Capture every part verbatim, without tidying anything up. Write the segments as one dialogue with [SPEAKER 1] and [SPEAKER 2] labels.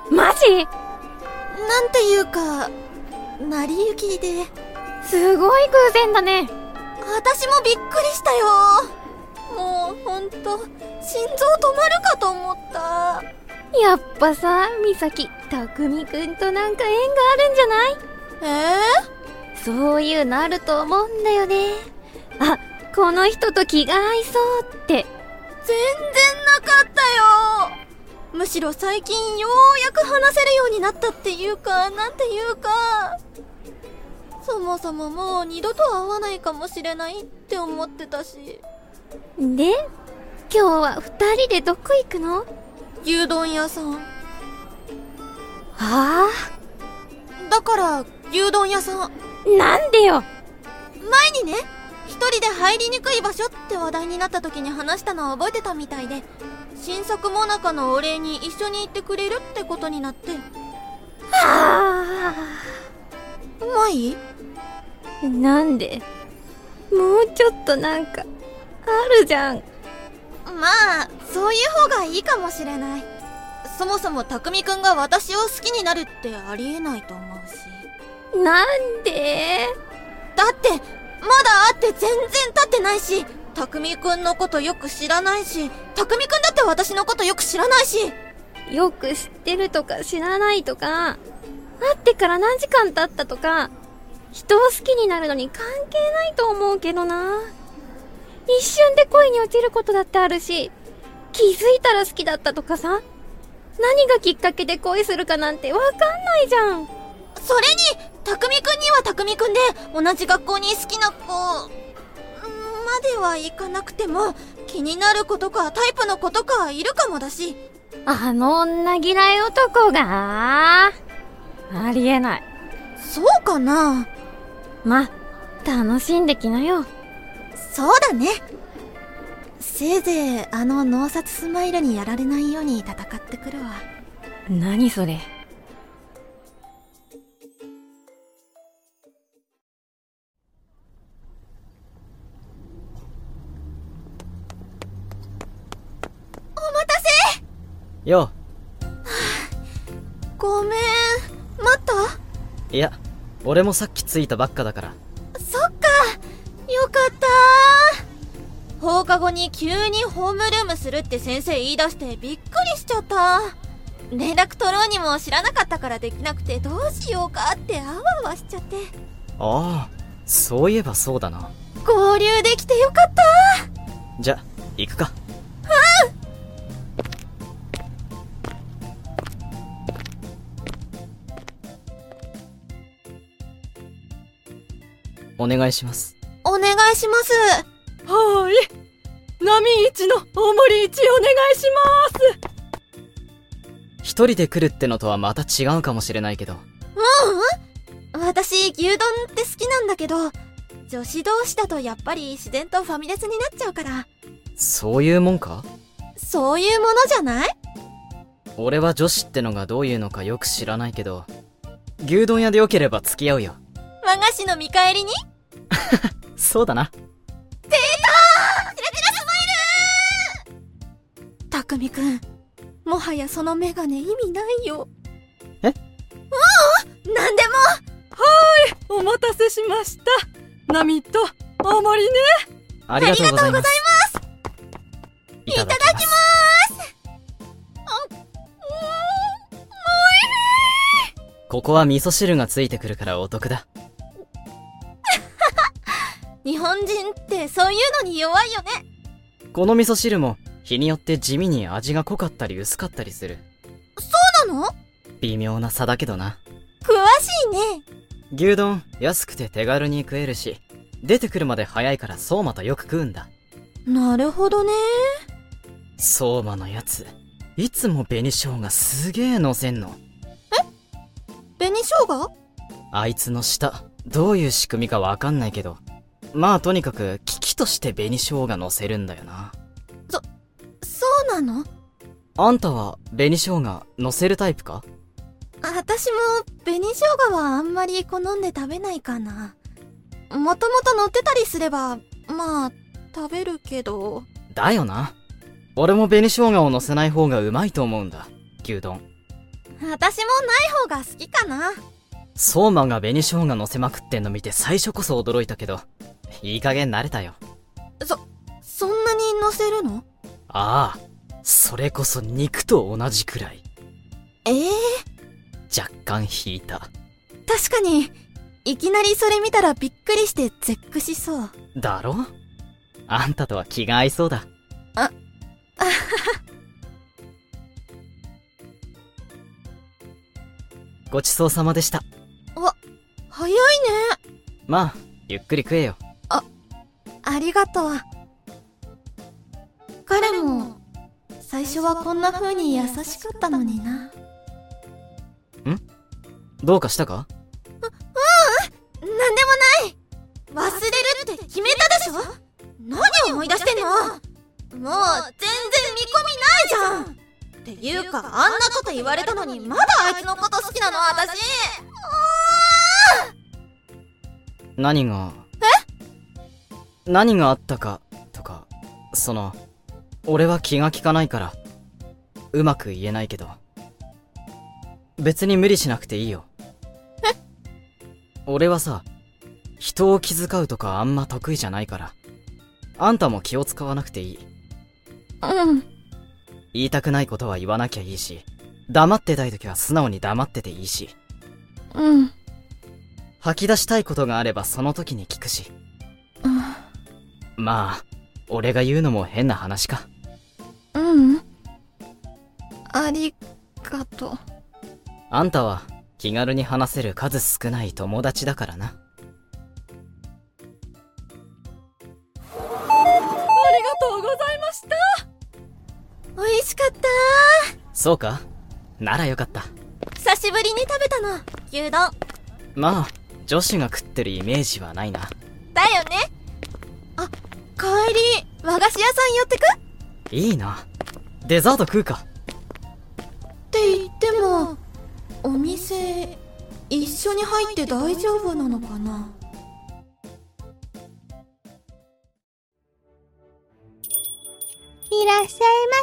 [SPEAKER 1] マジ？
[SPEAKER 2] なんていうか、成り行きで。
[SPEAKER 1] すごい偶然だね。
[SPEAKER 2] 私もびっくりしたよ。もうほんと、心臓止まるかと思った。
[SPEAKER 1] やっぱさ、美咲、匠くんとなんか縁があるんじゃない？
[SPEAKER 2] え
[SPEAKER 1] ー、そういうのあると思うんだよね。あ、この人と気が合いそうって。
[SPEAKER 2] 全然なかったよ。むしろ最近ようやく話せるようになったっていうか、なんていうか、そもそももう二度と会わないかもしれないって思ってたし。
[SPEAKER 1] で、今日は二人でどこ行くの？
[SPEAKER 2] 牛丼屋さん。は
[SPEAKER 1] あ？
[SPEAKER 2] だから牛丼屋さ
[SPEAKER 1] ん。なんでよ。
[SPEAKER 2] 前にね、一人で入りにくい場所って話題になった時に話したのを覚えてたみたいで、新作もなかのお礼に一緒に行ってくれるってことになって。
[SPEAKER 1] は
[SPEAKER 2] あ。舞？
[SPEAKER 1] なんで？もうちょっとなんかあるじゃん。
[SPEAKER 2] まあそういう方がいいかもしれない。そもそも匠くんが私を好きになるってありえないと思うし。
[SPEAKER 1] なんで？
[SPEAKER 2] だってまだ会って全然経ってないし、匠くんのことよく知らないし、匠くんだって私のことよく知らないし。
[SPEAKER 1] よく知ってるとか知らないとか、会ってから何時間経ったとか、人を好きになるのに関係ないと思うけどな。一瞬で恋に落ちることだってあるし、気づいたら好きだったとかさ、何がきっかけで恋するかなんてわかんないじゃん。
[SPEAKER 2] それに匠くんには匠くんで同じ学校に好きな子まではいかなくても、気になる子とかタイプの子とかいるかもだし。
[SPEAKER 1] あの女嫌い男がありえない。
[SPEAKER 2] そうかな。
[SPEAKER 1] ま、楽しんできなよ。
[SPEAKER 2] そうだね。せいぜいあの脳殺スマイルにやられないように戦ってくるわ。
[SPEAKER 1] 何それ？
[SPEAKER 2] お待たせ。
[SPEAKER 3] よう。は
[SPEAKER 2] あ、ごめん。待った？
[SPEAKER 3] いや、俺もさっき着いたばっかだから。
[SPEAKER 2] そっか、よかった。放課後に急にホームルームするって先生言い出してびっくりしちゃった。連絡取ろうにも知らなかったからできなくて、どうしようかってあわあわしちゃって。
[SPEAKER 3] ああ、そういえばそうだな。
[SPEAKER 2] 合流できてよかった。
[SPEAKER 3] じゃ、行くか。うん。お願いします。
[SPEAKER 2] お願いします。
[SPEAKER 4] はーい。波一の大盛り一お願いします。
[SPEAKER 3] 一人で来るってのとはまた違うかもしれないけど。
[SPEAKER 2] ううん。私牛丼って好きなんだけど、女子同士だとやっぱり自然とファミレスになっちゃうから。
[SPEAKER 3] そういうもんか？
[SPEAKER 2] そういうものじゃない？
[SPEAKER 3] 俺は女子ってのがどういうのかよく知らないけど、牛丼屋でよければ付き合うよ。
[SPEAKER 2] 和菓子の見返りに？
[SPEAKER 3] そうだな。
[SPEAKER 2] 出たー！チラチラスマイル！たくみくん、もはやそのメガネ意味ないよ。
[SPEAKER 3] え？
[SPEAKER 2] ううん、なんでも。
[SPEAKER 4] はーい、お待たせしました。波と大盛りね。
[SPEAKER 3] ありがとうございます。
[SPEAKER 2] いただきます。いただきます。あ、うん、おいしい。
[SPEAKER 3] ここは味噌汁がついてくるからお得だ。
[SPEAKER 2] 日本人ってそういうのに弱いよね。
[SPEAKER 3] この味噌汁も日によって地味に味が濃かったり薄かったりする。
[SPEAKER 2] そうなの？
[SPEAKER 3] 微妙な差だけどな。
[SPEAKER 2] 詳しいね。
[SPEAKER 3] 牛丼安くて手軽に食えるし、出てくるまで早いから相馬とよく食うんだ。
[SPEAKER 2] なるほどね。
[SPEAKER 3] 相馬のやついつも紅生姜すげえ乗せんの。
[SPEAKER 2] え？紅生姜？
[SPEAKER 3] あいつの舌どういう仕組みかわかんないけど、まあとにかく危機として紅生姜乗せるんだよな。
[SPEAKER 2] そ、そうなの？
[SPEAKER 3] あんたは紅生姜乗せるタイプか？
[SPEAKER 2] 私も紅生姜はあんまり好んで食べないかな。もともと乗ってたりすればまあ食べるけど。
[SPEAKER 3] だよな。俺も紅生姜を乗せない方がうまいと思うんだ、牛丼。
[SPEAKER 2] 私もない方が好きかな。
[SPEAKER 3] 相馬が紅生姜乗せまくってんの見て最初こそ驚いたけど、いい加減慣れたよ。
[SPEAKER 2] そ、そんなに乗せるの？
[SPEAKER 3] ああ、それこそ肉と同じくらい。
[SPEAKER 2] ええ
[SPEAKER 3] ー、若干引いた。
[SPEAKER 2] 確かに、いきなりそれ見たらびっくりして絶句しそう。
[SPEAKER 3] だろ？あんたとは気が合いそうだ。
[SPEAKER 2] あ、あはは。
[SPEAKER 3] ごちそうさまでした。
[SPEAKER 2] あ、早いね。
[SPEAKER 3] まあ、ゆっくり食えよ。
[SPEAKER 2] あ、ありがとう。彼も、最初はこんな風に優しかったのにな。
[SPEAKER 3] ん？どうかしたか？
[SPEAKER 2] う、ううん、なんでもない。忘れるって決めたでしょ？何思い出してんの？もう、全然見込みないじゃん。っていうか、あんなこと言われたのに、まだあいつのこと好きなの、私。
[SPEAKER 3] 何が、
[SPEAKER 2] え？
[SPEAKER 3] 何があったか、とか、その、俺は気が利かないから、うまく言えないけど。別に無理しなくていいよ。
[SPEAKER 2] え？
[SPEAKER 3] 俺はさ、人を気遣うとかあんま得意じゃないから、あんたも気を使わなくていい。
[SPEAKER 2] うん。
[SPEAKER 3] 言いたくないことは言わなきゃいいし、黙ってたいときは素直に黙ってていいし。
[SPEAKER 2] うん。
[SPEAKER 3] 吐き出したいことがあればその時に聞くし。
[SPEAKER 2] うん。
[SPEAKER 3] まあ、俺が言うのも変な話か。
[SPEAKER 2] うん。ありがとう。
[SPEAKER 3] あんたは気軽に話せる数少ない友達だからな。
[SPEAKER 4] ありがとうございました。
[SPEAKER 2] 美味しかったー。
[SPEAKER 3] そうか？ならよかった。
[SPEAKER 2] 久しぶりに食べたの、牛丼。
[SPEAKER 3] まあ、女子が食ってるイメージはないな。
[SPEAKER 2] だよね。あ、帰り、和菓子屋さん寄ってく？
[SPEAKER 3] いいな。デザート食うか。
[SPEAKER 2] って言っても、お店、一緒に入って大丈夫なのかな？
[SPEAKER 5] いらっしゃいませ。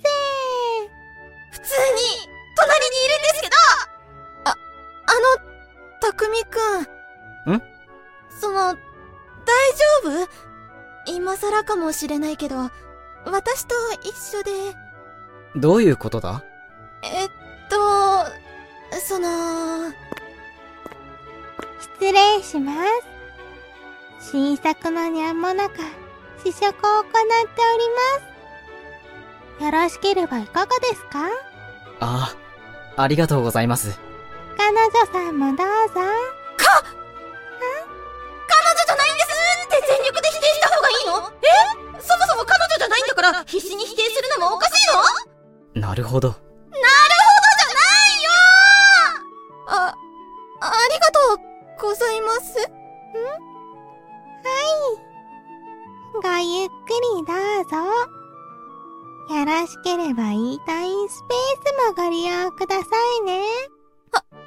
[SPEAKER 2] 普通に、隣にいるんですけど！あ、あの、たくみくん。
[SPEAKER 3] ん？
[SPEAKER 2] その、大丈夫？今更かもしれないけど、私と一緒で。
[SPEAKER 3] どういうことだ？
[SPEAKER 2] えっと、その、
[SPEAKER 5] 失礼します。新作のにゃんもなか、試食を行っております。よろしければいかがですか？
[SPEAKER 3] ああ、ありがとうございます。
[SPEAKER 5] 彼女さんもどうぞ。か、
[SPEAKER 2] 彼女じゃないんですって全力で否定した方がいいの？え？そもそも彼女じゃないんだから必死に否定するのもおかしいの？
[SPEAKER 3] なるほど。
[SPEAKER 2] なるほどじゃないよー！あ、ありがとうございます。ん？
[SPEAKER 5] はい。ごゆっくりどうぞ。よろしければイートインスペースもご利用くださいね。
[SPEAKER 2] は、はい。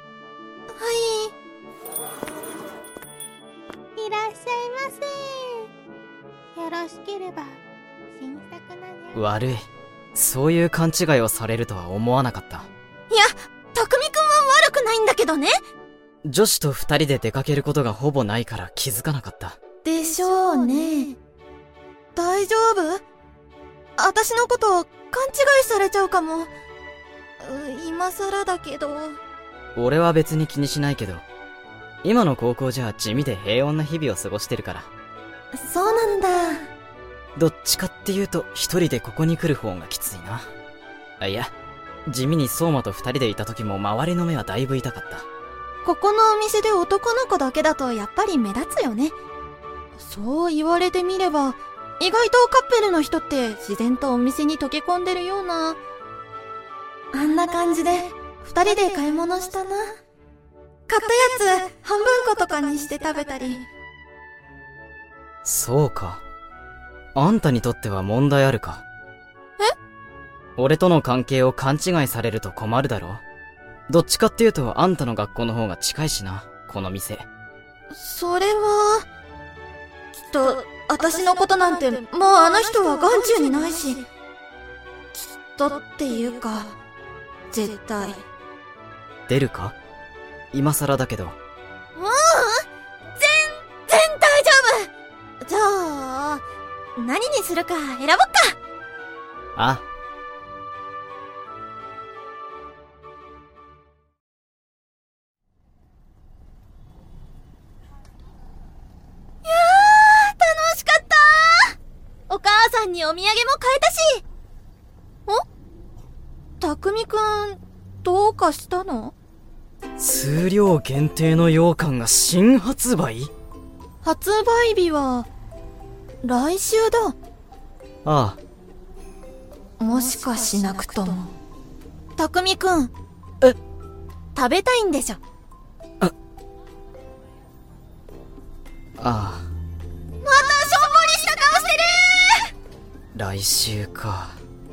[SPEAKER 5] いらっしゃいませ。よろしければ、新作のにゃん。
[SPEAKER 3] 悪い。そういう勘違いをされるとは思わなかった。
[SPEAKER 2] いや、たくみくんは悪くないんだけどね。
[SPEAKER 3] 女子と二人で出かけることがほぼないから気づかなかった。
[SPEAKER 2] でしょうね。大丈夫？私のこと勘違いされちゃうかも。う、今更だけど。
[SPEAKER 3] 俺は別に気にしないけど、今の高校じゃ地味で平穏な日々を過ごしてるから。
[SPEAKER 2] そうなんだ。
[SPEAKER 3] どっちかっていうと一人でここに来る方がきついな。あ、いや、地味に相馬と二人でいた時も周りの目はだいぶ痛かった。
[SPEAKER 2] ここのお店で男の子だけだとやっぱり目立つよね。そう言われてみれば、意外とカップルの人って自然とお店に溶け込んでるような。あんな感じで二人で買い物したな。買ったやつ半分ことかにして食べたり。
[SPEAKER 3] そうか。あんたにとっては問題あるか。
[SPEAKER 2] え？
[SPEAKER 3] 俺との関係を勘違いされると困るだろ。どっちかっていうとあんたの学校の方が近いしな、この店。
[SPEAKER 2] それは、きっと、私のことなんて、もうあの人は眼中にないし。きっとっていうか、絶対。
[SPEAKER 3] 出るか？今更だけど。
[SPEAKER 2] ううん、全然大丈夫。じゃあ、何にするか選ぼっか。
[SPEAKER 3] あ。
[SPEAKER 2] いやー、楽しかったー。お母さんにお土産も買えたし。ん？たくみくん、どうかしたの？
[SPEAKER 3] 数量限定の羊羹が新発売？
[SPEAKER 2] 発売日は、来週だ。
[SPEAKER 3] あ
[SPEAKER 2] あ。もしかしなくとも。たくみくん。
[SPEAKER 3] え？
[SPEAKER 2] 食べたいんでしょ？
[SPEAKER 3] あ。ああ。
[SPEAKER 2] またしょんぼりした顔してるー！
[SPEAKER 3] 来週か。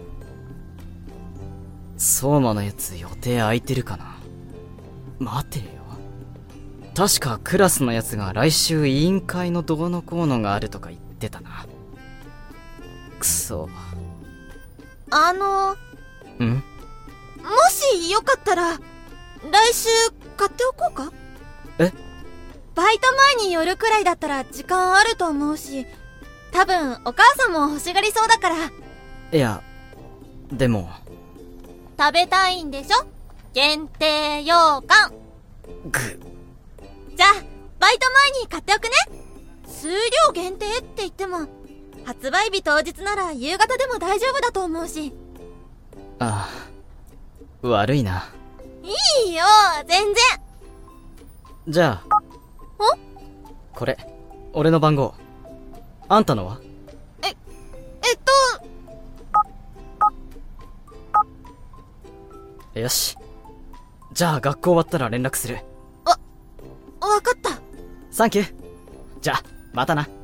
[SPEAKER 3] 相馬のやつ予定空いてるかな。待てよ。確かクラスのやつが来週委員会のどうのこうのがあるとか言ってたな。くそ。
[SPEAKER 2] あの
[SPEAKER 3] ん？
[SPEAKER 2] もしよかったら来週買っておこうか？
[SPEAKER 3] え？
[SPEAKER 2] バイト前に寄るくらいだったら時間あると思うし、多分お母さんも欲しがりそうだから。
[SPEAKER 3] いや、でも
[SPEAKER 2] 食べたいんでしょ？限定羊羹。
[SPEAKER 3] ぐ。
[SPEAKER 2] じゃあバイト前に買っておくね。数量限定って言っても発売日当日なら夕方でも大丈夫だと思うし。
[SPEAKER 3] ああ、悪いな。
[SPEAKER 2] いいよ、全然。
[SPEAKER 3] じゃあ
[SPEAKER 2] お？
[SPEAKER 3] これ俺の番号。あんたのは？
[SPEAKER 2] え、えっと
[SPEAKER 3] よし。じゃあ学校終わったら連絡する。
[SPEAKER 2] わ、わかった。
[SPEAKER 3] サンキュー。じゃあまたな。